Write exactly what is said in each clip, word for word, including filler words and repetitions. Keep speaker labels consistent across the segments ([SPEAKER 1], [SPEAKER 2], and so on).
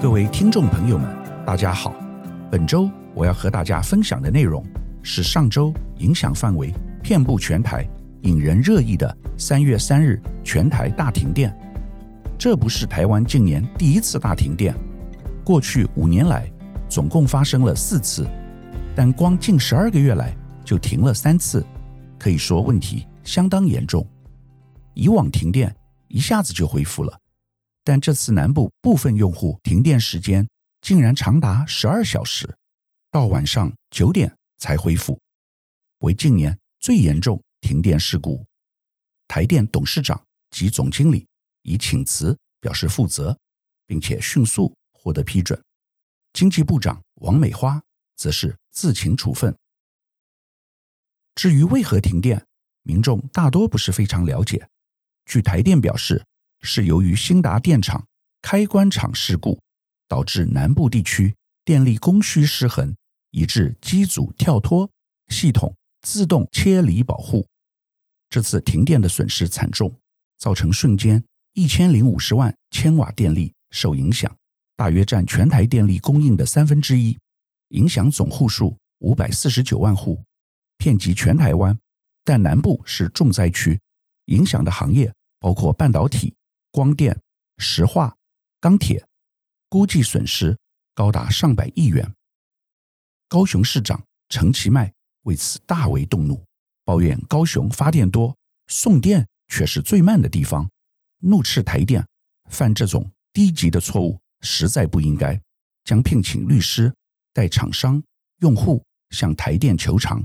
[SPEAKER 1] 各位听众朋友们，大家好。本周我要和大家分享的内容是上周影响范围遍布全台、引人热议的三月三日全台大停电。这不是台湾近年第一次大停电，过去五年来总共发生了四次，但光近十二个月来就停了三次，可以说问题相当严重。以往停电一下子就恢复了，但这次南部部分用户停电时间竟然长达十二小时，到晚上九点才恢复，为近年最严重停电事故。台电董事长及总经理已请辞表示负责，并且迅速获得批准。经济部长王美花则是自请处分。至于为何停电，民众大多不是非常了解。据台电表示，是由于兴达电厂开关厂事故，导致南部地区电力供需失衡，以致机组跳脱，系统自动切离保护。这次停电的损失惨重，造成瞬间一千零五十万千瓦电力受影响，大约占全台电力供应的三分之一，影响总户数五百四十九万户，遍及全台湾，但南部是重灾区，影响的行业包括半导体、光电、石化、钢铁，估计损失高达上百亿元。高雄市长陈其迈为此大为动怒，抱怨高雄发电多，送电却是最慢的地方，怒斥台电犯这种低级的错误实在不应该，将聘请律师代厂商、用户向台电求偿。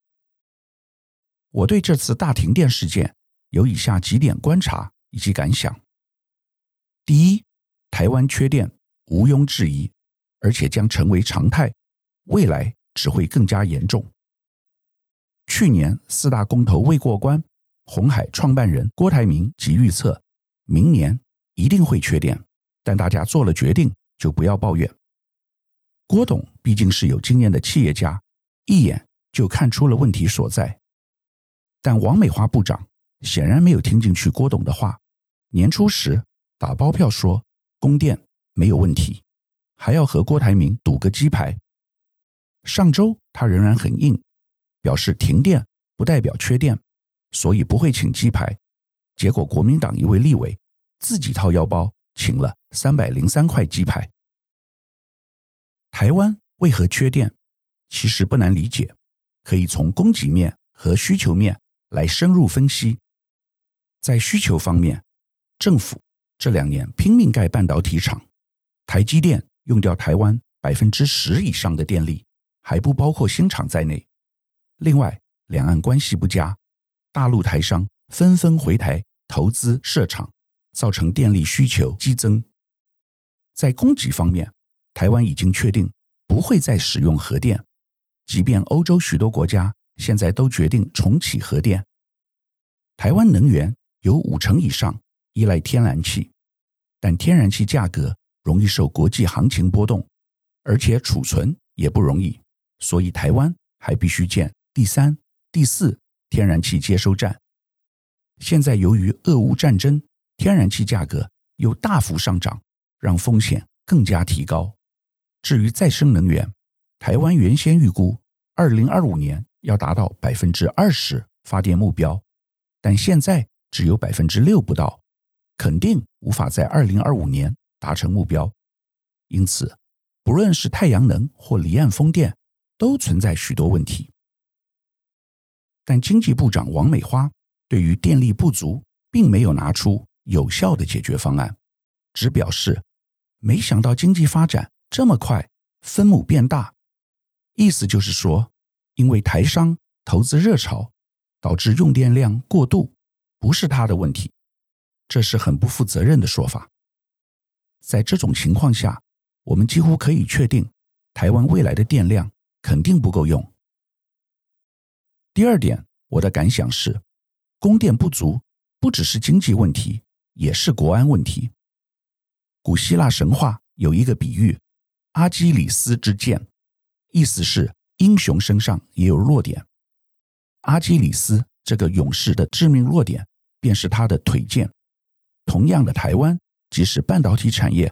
[SPEAKER 1] 我对这次大停电事件有以下几点观察以及感想。第一，台湾缺电毋庸置疑，而且将成为常态，未来只会更加严重。去年四大公投未过关，鸿海创办人郭台铭即预测明年一定会缺电，但大家做了决定就不要抱怨。郭董毕竟是有经验的企业家，一眼就看出了问题所在。但王美花部长显然没有听进去郭董的话，年初时打包票说供电没有问题，还要和郭台铭赌个鸡排。上周他仍然很硬，表示停电不代表缺电，所以不会请鸡排。结果国民党一位立委自己掏腰包请了三百零三块鸡排。台湾为何缺电？其实不难理解，可以从供给面和需求面来深入分析。在需求方面，政府这两年拼命盖半导体厂，台积电用掉台湾 百分之十 以上的电力，还不包括新厂在内。另外，两岸关系不佳，大陆台商纷纷回台投资设厂，造成电力需求激增。在供给方面，台湾已经确定不会再使用核电，即便欧洲许多国家现在都决定重启核电。台湾能源有五成以上依赖天然气，但天然气价格容易受国际行情波动，而且储存也不容易，所以台湾还必须建第三、第四天然气接收站。现在由于俄乌战争，天然气价格又大幅上涨，让风险更加提高。至于再生能源，台湾原先预估二零二五年要达到 百分之二十 发电目标，但现在只有 百分之六 不到，肯定无法在二零二五年达成目标。因此，不论是太阳能或离岸风电，都存在许多问题。但经济部长王美花对于电力不足并没有拿出有效的解决方案，只表示没想到经济发展这么快，分母变大。意思就是说，因为台商投资热潮导致用电量过度，不是他的问题，这是很不负责任的说法。在这种情况下，我们几乎可以确定台湾未来的电量肯定不够用。第二点，我的感想是，供电不足不只是经济问题，也是国安问题。古希腊神话有一个比喻，阿基里斯之剑，意思是英雄身上也有弱点。阿基里斯这个勇士的致命弱点便是他的腿剑。同样的，台湾即使半导体产业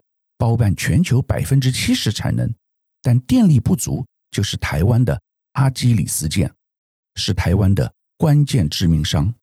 [SPEAKER 1] 包办全球 百分之七十 产能，但电力不足就是台湾的阿基里斯腱，是台湾的关键致命伤。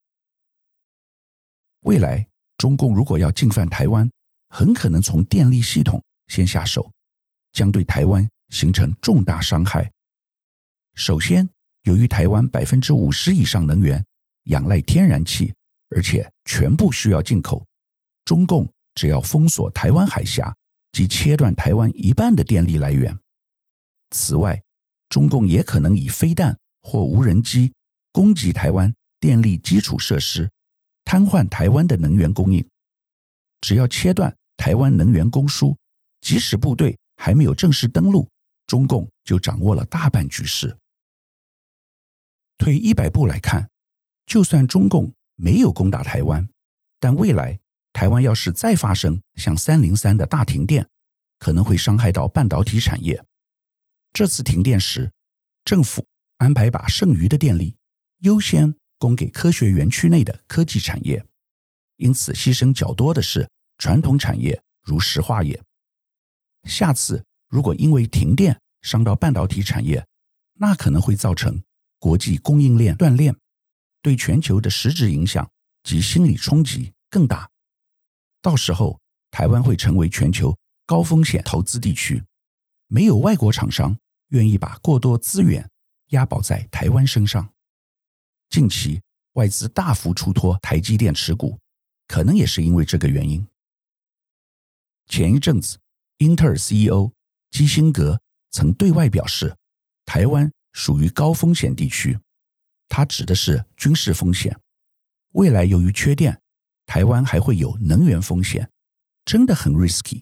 [SPEAKER 1] 未来中共如果要进犯台湾，很可能从电力系统先下手，将对台湾形成重大伤害。首先，由于台湾 百分之五十 以上能源仰赖天然气，而且全部需要进口，中共只要封锁台湾海峡及切断台湾一半的电力来源。此外，中共也可能以飞弹或无人机攻击台湾电力基础设施，瘫痪台湾的能源供应。只要切断台湾能源供输，即使部队还没有正式登陆，中共就掌握了大半局势。退一百步来看，就算中共没有攻打台湾，但未来台湾要是再发生像三零三的大停电，可能会伤害到半导体产业。这次停电时，政府安排把剩余的电力优先供给科学园区内的科技产业，因此牺牲较多的是传统产业，如石化业。下次如果因为停电伤到半导体产业，那可能会造成国际供应链断裂，对全球的实质影响及心理冲击更大。到时候台湾会成为全球高风险投资地区，没有外国厂商愿意把过多资源押宝在台湾身上。近期外资大幅出脱台积电持股，可能也是因为这个原因。前一阵子英特尔 C E O 基辛格曾对外表示，台湾属于高风险地区，他指的是军事风险。未来由于缺电，台湾还会有能源风险，真的很 risky。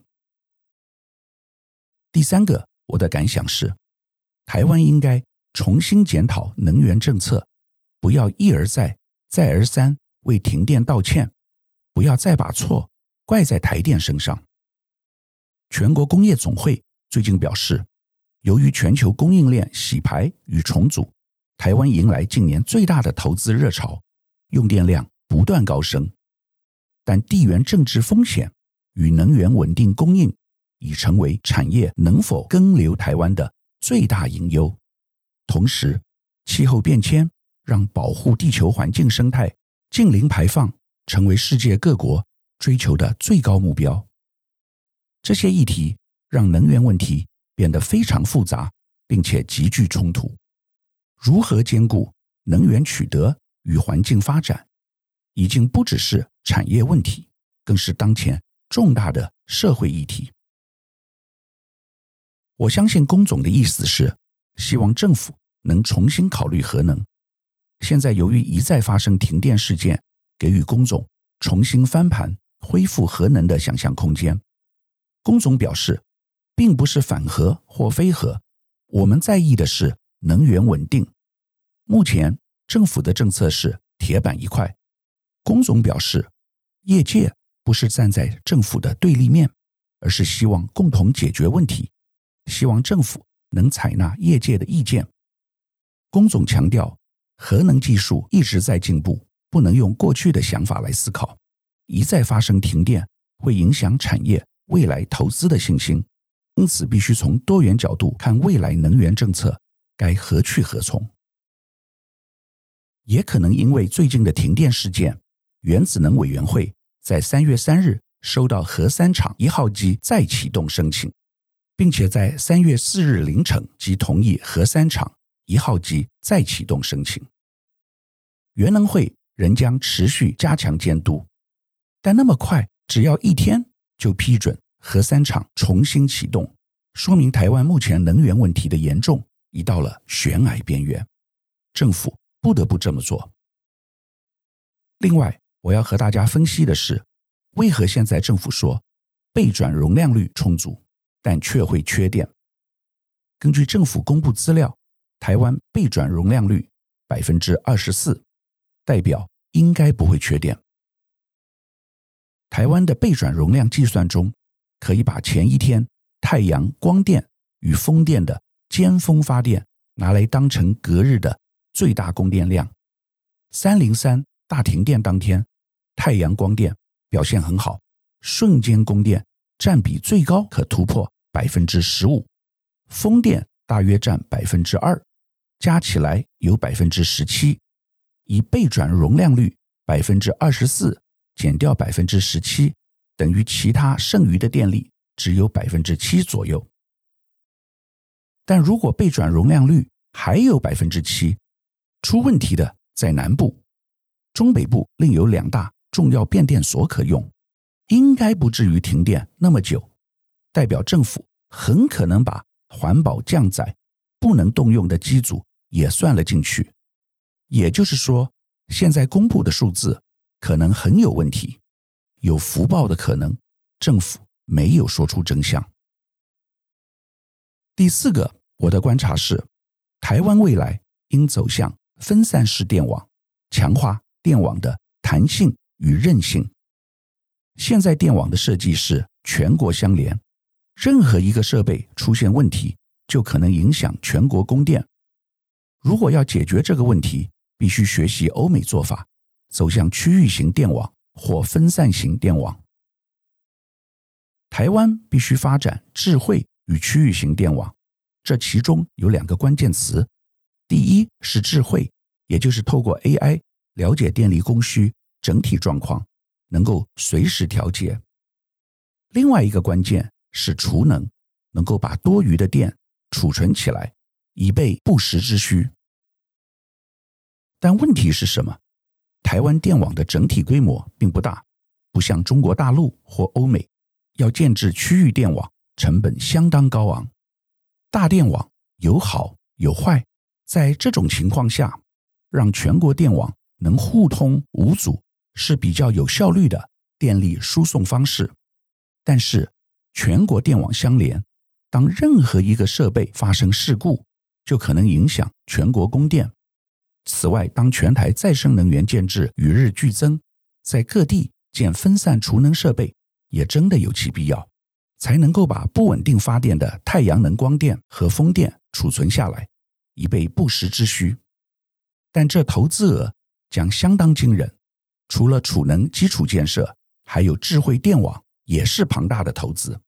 [SPEAKER 1] 第三个我的感想是，台湾应该重新检讨能源政策，不要一而再再而三为停电道歉，不要再把错怪在台电身上。全国工业总会最近表示，由于全球供应链洗牌与重组，台湾迎来近年最大的投资热潮，用电量不断高升。但地缘政治风险与能源稳定供应已成为产业能否更留台湾的最大隐忧。同时，气候变迁让保护地球环境生态、净零排放成为世界各国追求的最高目标。这些议题让能源问题变得非常复杂，并且极具冲突。如何兼顾能源取得与环境发展，已经不只是产业问题，更是当前重大的社会议题。我相信龚总的意思是，希望政府能重新考虑核能。现在由于一再发生停电事件，给予龚总重新翻盘恢复核能的想象空间。龚总表示，并不是反核或非核，我们在意的是能源稳定。目前政府的政策是铁板一块。龚总表示，业界不是站在政府的对立面，而是希望共同解决问题，希望政府能采纳业界的意见。龚总强调，核能技术一直在进步，不能用过去的想法来思考。一再发生停电，会影响产业未来投资的信心，因此必须从多元角度看未来能源政策该何去何从。也可能因为最近的停电事件，原子能委员会在三月三日收到核三厂一号机再启动申请，并且在三月四日凌晨即同意核三厂一号机再启动申请。原能会仍将持续加强监督，但那么快，只要一天就批准核三厂重新启动，说明台湾目前能源问题的严重已到了悬崖边缘，政府不得不这么做。另外，我要和大家分析的是，为何现在政府说备转容量率充足，但却会缺电。根据政府公布资料，台湾备转容量率 百分之二十四， 代表应该不会缺电。台湾的备转容量计算中，可以把前一天太阳光电与风电的尖峰发电拿来当成隔日的最大供电量。三零三大停电当天，太阳光电表现很好，瞬间供电占比最高可突破 百分之十五， 风电大约占 百分之二， 加起来有 百分之十七， 以备转容量率 百分之二十四 减掉 百分之十七， 等于其他剩余的电力只有 百分之七 左右。但如果备转容量率还有 百分之七， 出问题的在南部，中北部另有两大重要变电所可用，应该不至于停电那么久，代表政府很可能把环保降载不能动用的机组也算了进去。也就是说，现在公布的数字可能很有问题，有福报的可能，政府没有说出真相。第四个，我的观察是，台湾未来应走向分散式电网，强化电网的弹性与韧性。现在电网的设计是全国相连，任何一个设备出现问题，就可能影响全国供电。如果要解决这个问题，必须学习欧美做法，走向区域型电网或分散型电网。台湾必须发展智慧与区域型电网，这其中有两个关键词。第一是智慧，也就是透过 A I 了解电力供需整体状况，能够随时调节。另外一个关键是储能，能够把多余的电储存起来，以备不时之需。但问题是什么？台湾电网的整体规模并不大，不像中国大陆或欧美，要建制区域电网成本相当高昂。大电网有好有坏，在这种情况下，让全国电网能互通无阻是比较有效率的电力输送方式。但是全国电网相连，当任何一个设备发生事故，就可能影响全国供电。此外，当全台再生能源建制与日俱增，在各地建分散储能设备也真的有其必要，才能够把不稳定发电的太阳能光电和风电储存下来，以备不时之需。但这投资额将相当惊人，除了储能基础建设，还有智慧电网也是庞大的投资。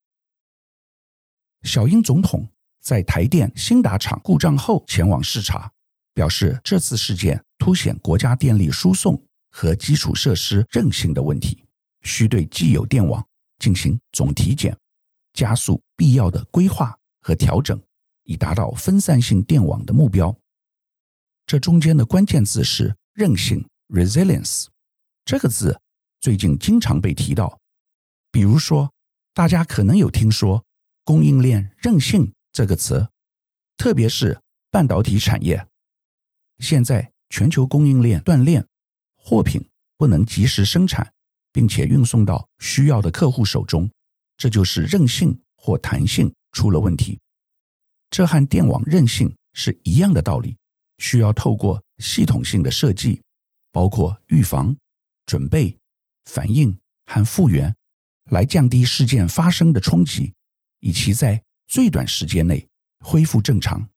[SPEAKER 1] 小英总统在台电兴达厂故障后前往视察，表示这次事件凸显国家电力输送和基础设施韧性的问题，需对既有电网进行总体检，加速必要的规划和调整，以达到分散性电网的目标。这中间的关键字是韧性 resilience， 这个字最近经常被提到。比如说，大家可能有听说供应链韧性这个词，特别是半导体产业。现在全球供应链断裂，货品不能及时生产，并且运送到需要的客户手中，这就是韧性或弹性出了问题。这和电网韧性是一样的道理，需要透过系统性的设计，包括预防、准备、反应和复原，来降低事件发生的冲击，以期在最短时间内恢复正常。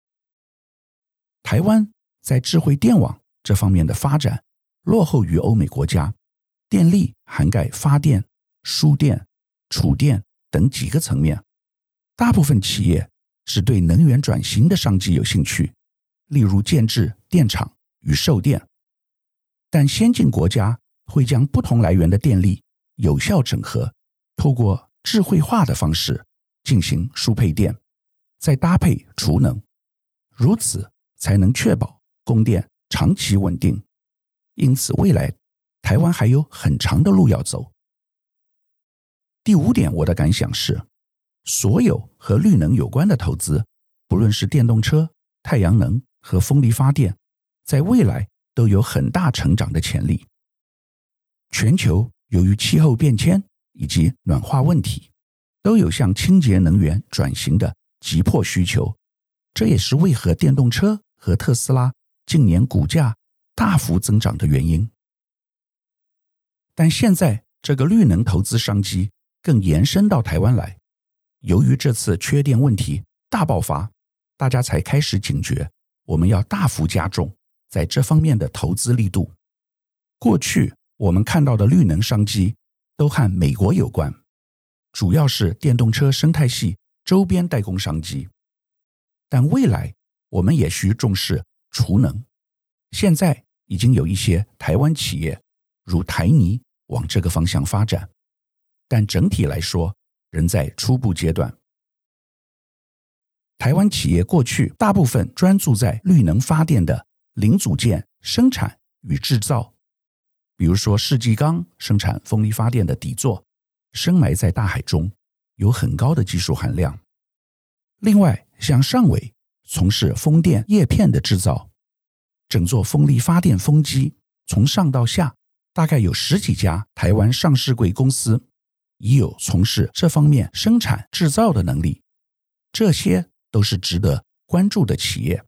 [SPEAKER 1] 台湾在智慧电网这方面的发展落后于欧美国家，电力涵盖发电、输电、储电等几个层面。大部分企业只对能源转型的商机有兴趣，例如建制电厂与售电。但先进国家会将不同来源的电力有效整合，透过智慧化的方式进行输配电，再搭配储能，如此才能确保供电长期稳定。因此未来台湾还有很长的路要走。第五点，我的感想是，所有和绿能有关的投资，不论是电动车、太阳能和风力发电，在未来都有很大成长的潜力。全球由于气候变迁以及暖化问题，都有向清洁能源转型的急迫需求，这也是为何电动车和特斯拉近年股价大幅增长的原因。但现在这个绿能投资商机更延伸到台湾来，由于这次缺电问题大爆发，大家才开始警觉，我们要大幅加重在这方面的投资力度。过去我们看到的绿能商机都和美国有关， 主要是电动车生态系周边代工商机。但未来我们也需重视储能。现在已经有一些台湾企业如台泥往这个方向发展，但整体来说仍在初步阶段。台湾企业过去大部分专注在绿能发电的零组件生产与制造，比如说世纪钢生产风力发电的底座深埋在大海中，有很高的技术含量。另外像上尾从事风电叶片的制造，整座风力发电风机从上到下大概有十几家台湾上市柜公司已有从事这方面生产制造的能力，这些都是值得关注的企业。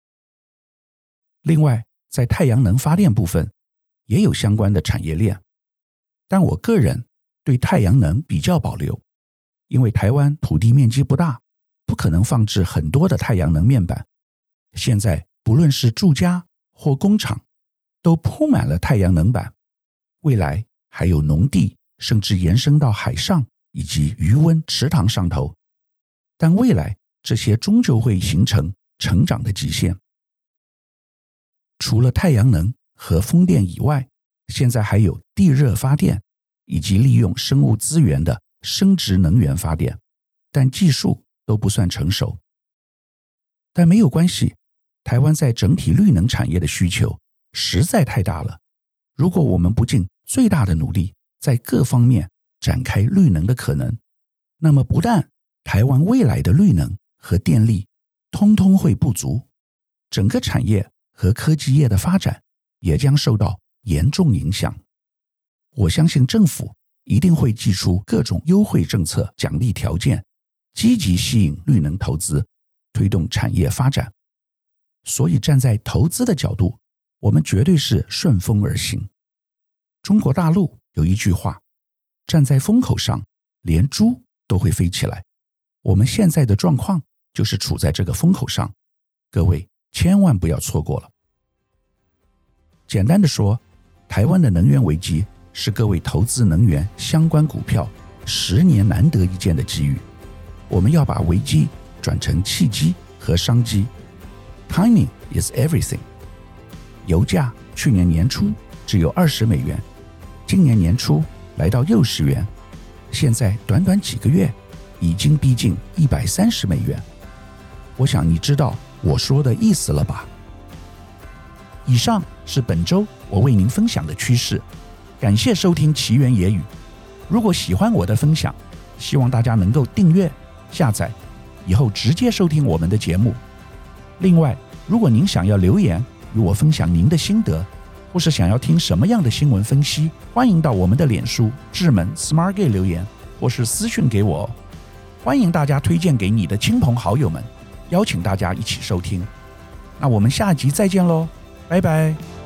[SPEAKER 1] 另外在太阳能发电部分也有相关的产业链，但我个人对太阳能比较保留，因为台湾土地面积不大，不可能放置很多的太阳能面板。现在不论是住家或工厂都铺满了太阳能板，未来还有农地，甚至延伸到海上以及渔温池塘上头，但未来这些终究会形成成长的极限。除了太阳能和风电以外，现在还有地热发电以及利用生物资源的生质能源发电，但技术都不算成熟。但没有关系，台湾在整体绿能产业的需求实在太大了，如果我们不尽最大的努力在各方面展开绿能的可能，那么不但台湾未来的绿能和电力通通会不足，整个产业和科技业的发展也将受到严重影响。我相信政府一定会祭出各种优惠政策奖励条件，积极吸引绿能投资，推动产业发展。所以站在投资的角度，我们绝对是顺风而行。中国大陆有一句话，站在风口上，连猪都会飞起来。我们现在的状况就是处在这个风口上，各位千万不要错过了。简单的说，台湾的能源危机是各位投资能源相关股票十年难得一见的机遇，我们要把危机转成契机和商机。 Timing is everything。 油价去年年初只有二十美元，今年年初来到六十元，现在短短几个月已经逼近一百三十美元。我想你知道我说的意思了吧？以上是本周我为您分享的趋势，感谢收听奇缘野语。如果喜欢我的分享，希望大家能够订阅、下载，以后直接收听我们的节目。另外，如果您想要留言与我分享您的心得，或是想要听什么样的新闻分析，欢迎到我们的脸书智门 Smart Gay 留言，或是私讯给我哦。欢迎大家推荐给你的亲朋好友们，邀请大家一起收听。那我们下集再见喽，拜拜。